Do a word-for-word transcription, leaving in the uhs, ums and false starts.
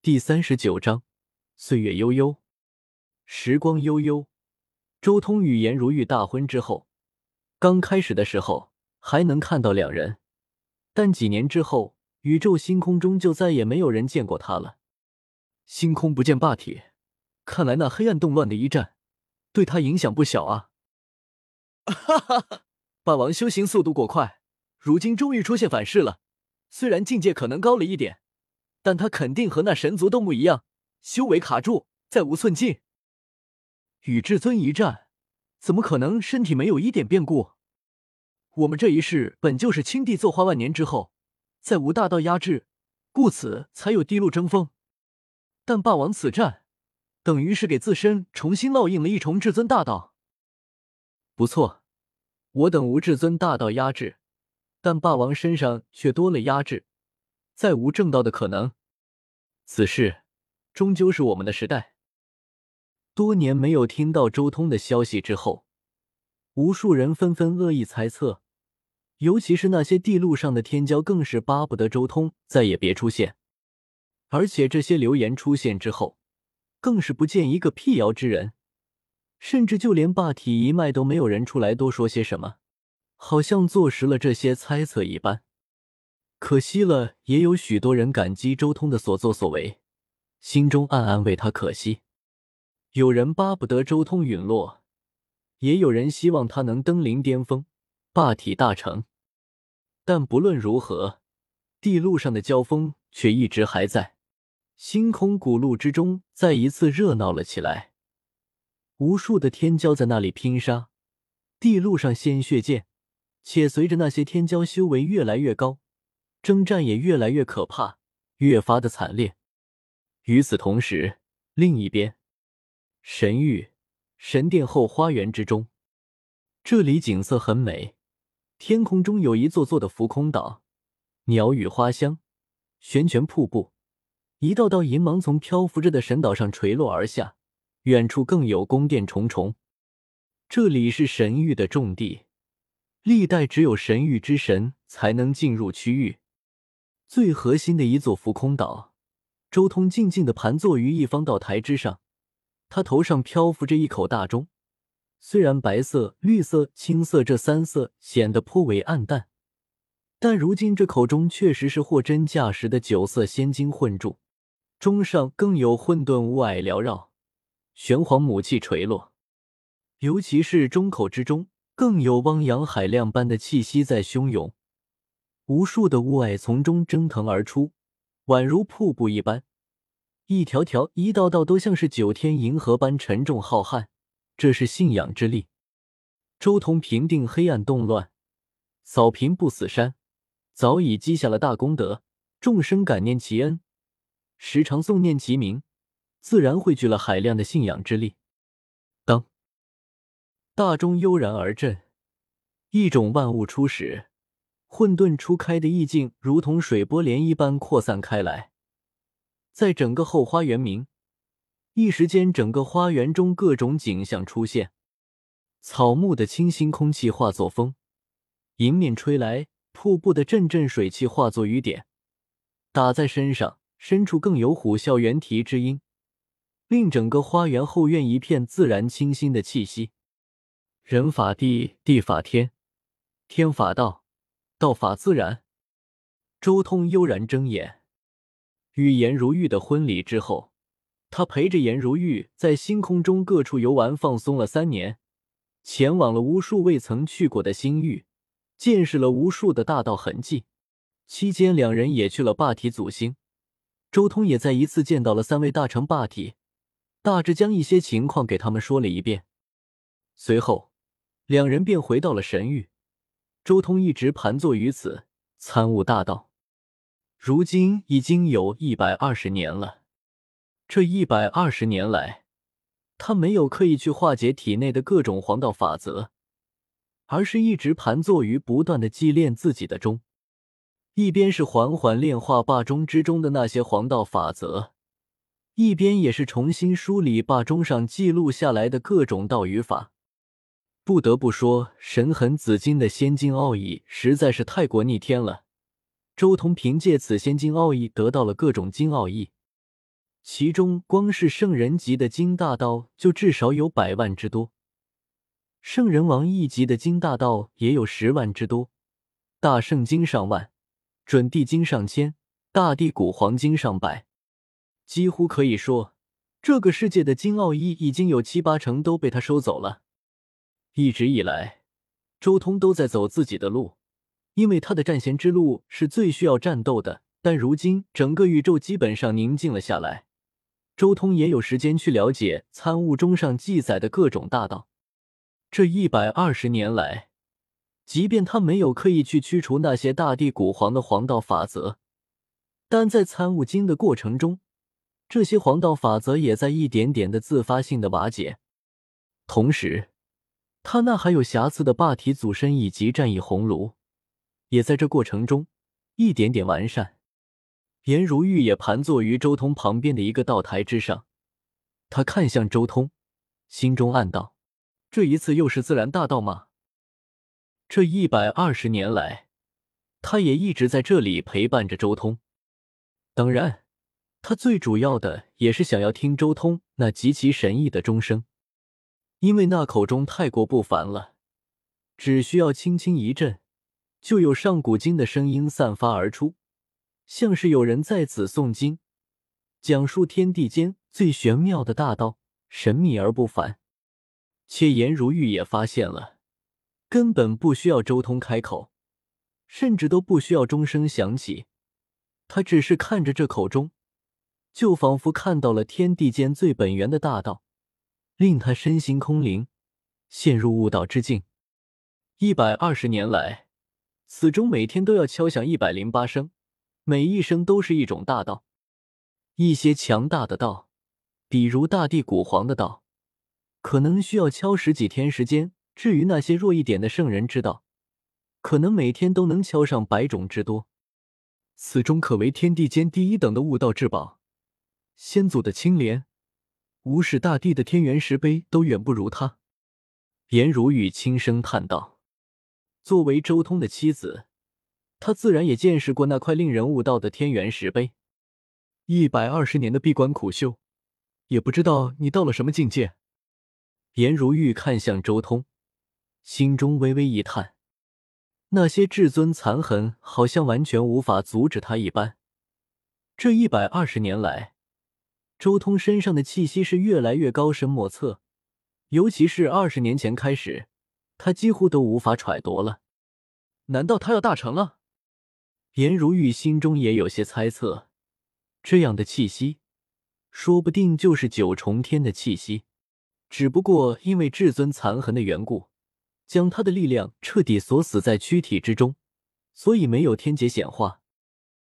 第三十九章，岁月悠悠，时光悠悠。周通与颜如玉大婚之后，刚开始的时候还能看到两人，但几年之后，宇宙星空中就再也没有人见过他了。星空不见霸体，看来那黑暗动乱的一战，对他影响不小啊！哈哈哈，霸王修行速度过快，如今终于出现反噬了。虽然境界可能高了一点，但他肯定和那神族动物一样，修为卡住，再无寸进。与至尊一战，怎么可能身体没有一点变故？我们这一世本就是青帝奏化万年之后，再无大道压制，故此才有地路争锋。但霸王此战，等于是给自身重新烙印了一重至尊大道。不错，我等无至尊大道压制，但霸王身上却多了压制，再无正道的可能。此事终究是我们的时代。多年没有听到周通的消息之后，无数人纷纷恶意猜测，尤其是那些地路上的天骄更是巴不得周通再也别出现。而且这些流言出现之后，更是不见一个辟谣之人，甚至就连霸体一脉都没有人出来多说些什么，好像坐实了这些猜测一般。可惜了，也有许多人感激周通的所作所为，心中暗暗为他可惜。有人巴不得周通陨落，也有人希望他能登临巅峰，霸体大成。但不论如何，地路上的交锋却一直还在。星空古路之中再一次热闹了起来，无数的天骄在那里拼杀，地路上鲜血溅，且随着那些天骄修为越来越高，征战也越来越可怕，越发的惨烈。与此同时，另一边，神域神殿后花园之中，这里景色很美，天空中有一座座的浮空岛，鸟语花香，泉泉瀑布，一道道银芒从漂浮着的神岛上垂落而下，远处更有宫殿重重。这里是神域的重地，历代只有神域之神才能进入区域。最核心的一座浮空岛，周通静静地盘坐于一方岛台之上，他头上漂浮着一口大钟，虽然白色、绿色、青色这三色显得颇为暗淡，但如今这口钟确实是货真价实的九色仙金混铸，钟上更有混沌雾霭缭绕，玄黄母气垂落，尤其是钟口之中更有汪洋海量般的气息在汹涌，无数的雾霭从中蒸腾而出，宛如瀑布一般，一条条一道道都像是九天银河般沉重浩瀚，这是信仰之力。周通平定黑暗动乱，扫平不死山，早已积下了大功德，众生感念其恩，时常诵念其名，自然汇聚了海量的信仰之力。当大钟悠然而震，一种万物初始，混沌初开的意境如同水波涟一般扩散开来，在整个后花园鸣，一时间整个花园中各种景象出现，草木的清新空气化作风，迎面吹来，瀑布的阵阵水汽化作雨点，打在身上，深处更有虎啸猿啼之音，令整个花园后院一片自然清新的气息。人法地，地法天，天法道，道法自然。周通悠然睁眼，与颜如玉的婚礼之后，他陪着颜如玉在星空中各处游玩放松了三年，前往了无数未曾去过的星域，见识了无数的大道痕迹。期间两人也去了霸体祖星，周通也再一次见到了三位大成霸体，大致将一些情况给他们说了一遍。随后两人便回到了神域，周通一直盘坐于此，参悟大道。如今已经有一百二十年了，这一百二十年来，他没有刻意去化解体内的各种黄道法则，而是一直盘坐于不断的祭炼自己的钟，一边是缓缓炼化霸钟之中的那些黄道法则，一边也是重新梳理霸钟上记录下来的各种道语法。不得不说，神痕紫金的仙金奥义实在是太过逆天了。周通凭借此仙金奥义得到了各种金奥义， 其中光是圣人级的金大道就至少有百万之多，圣人王一级的金大道也有十万之多，大圣经上万，准地经上千，大地古黄金上百。几乎可以说，这个世界的金奥义已经有七八成都被他收走了。一直以来，周通都在走自己的路，因为他的战贤之路是最需要战斗的，但如今整个宇宙基本上宁静了下来，周通也有时间去了解参悟中上记载的各种大道。这一百二十年来，即便他没有刻意去驱除那些大地古黄的黄道法则，但在参悟经的过程中，这些黄道法则也在一点点的自发性的瓦解。同时，他那还有瑕疵的霸体祖身以及战意红炉，也在这过程中一点点完善。颜如玉也盘坐于周通旁边的一个道台之上，他看向周通，心中暗道：这一次又是自然大道吗？这一百二十年来，他也一直在这里陪伴着周通。当然，他最主要的也是想要听周通那极其神异的钟声，因为那口钟太过不凡了，只需要轻轻一震，就有上古经的声音散发而出，像是有人在此诵经，讲述天地间最玄妙的大道，神秘而不凡。且颜如玉也发现了，根本不需要周通开口，甚至都不需要钟声响起，他只是看着这口钟，就仿佛看到了天地间最本源的大道，令他身心空灵，陷入悟道之境。一百二十年来，此钟每天都要敲响一百零八声，每一声都是一种大道。一些强大的道，比如大地古黄的道，可能需要敲十几天时间，至于那些弱一点的圣人之道，可能每天都能敲上百种之多。此钟可为天地间第一等的悟道至宝，先祖的清廉，无始大帝的天元石碑都远不如他。颜如玉轻声叹道。作为周通的妻子，她自然也见识过那块令人悟道的天元石碑。一百二十年的闭关苦修，也不知道你到了什么境界。颜如玉看向周通，心中微微一叹，那些至尊残痕好像完全无法阻止他一般。这一百二十年来，周通身上的气息是越来越高深莫测，尤其是二十年前开始，他几乎都无法揣度了。难道他要大成了？颜如玉心中也有些猜测，这样的气息，说不定就是九重天的气息，只不过因为至尊残痕的缘故，将他的力量彻底锁死在躯体之中，所以没有天劫显化，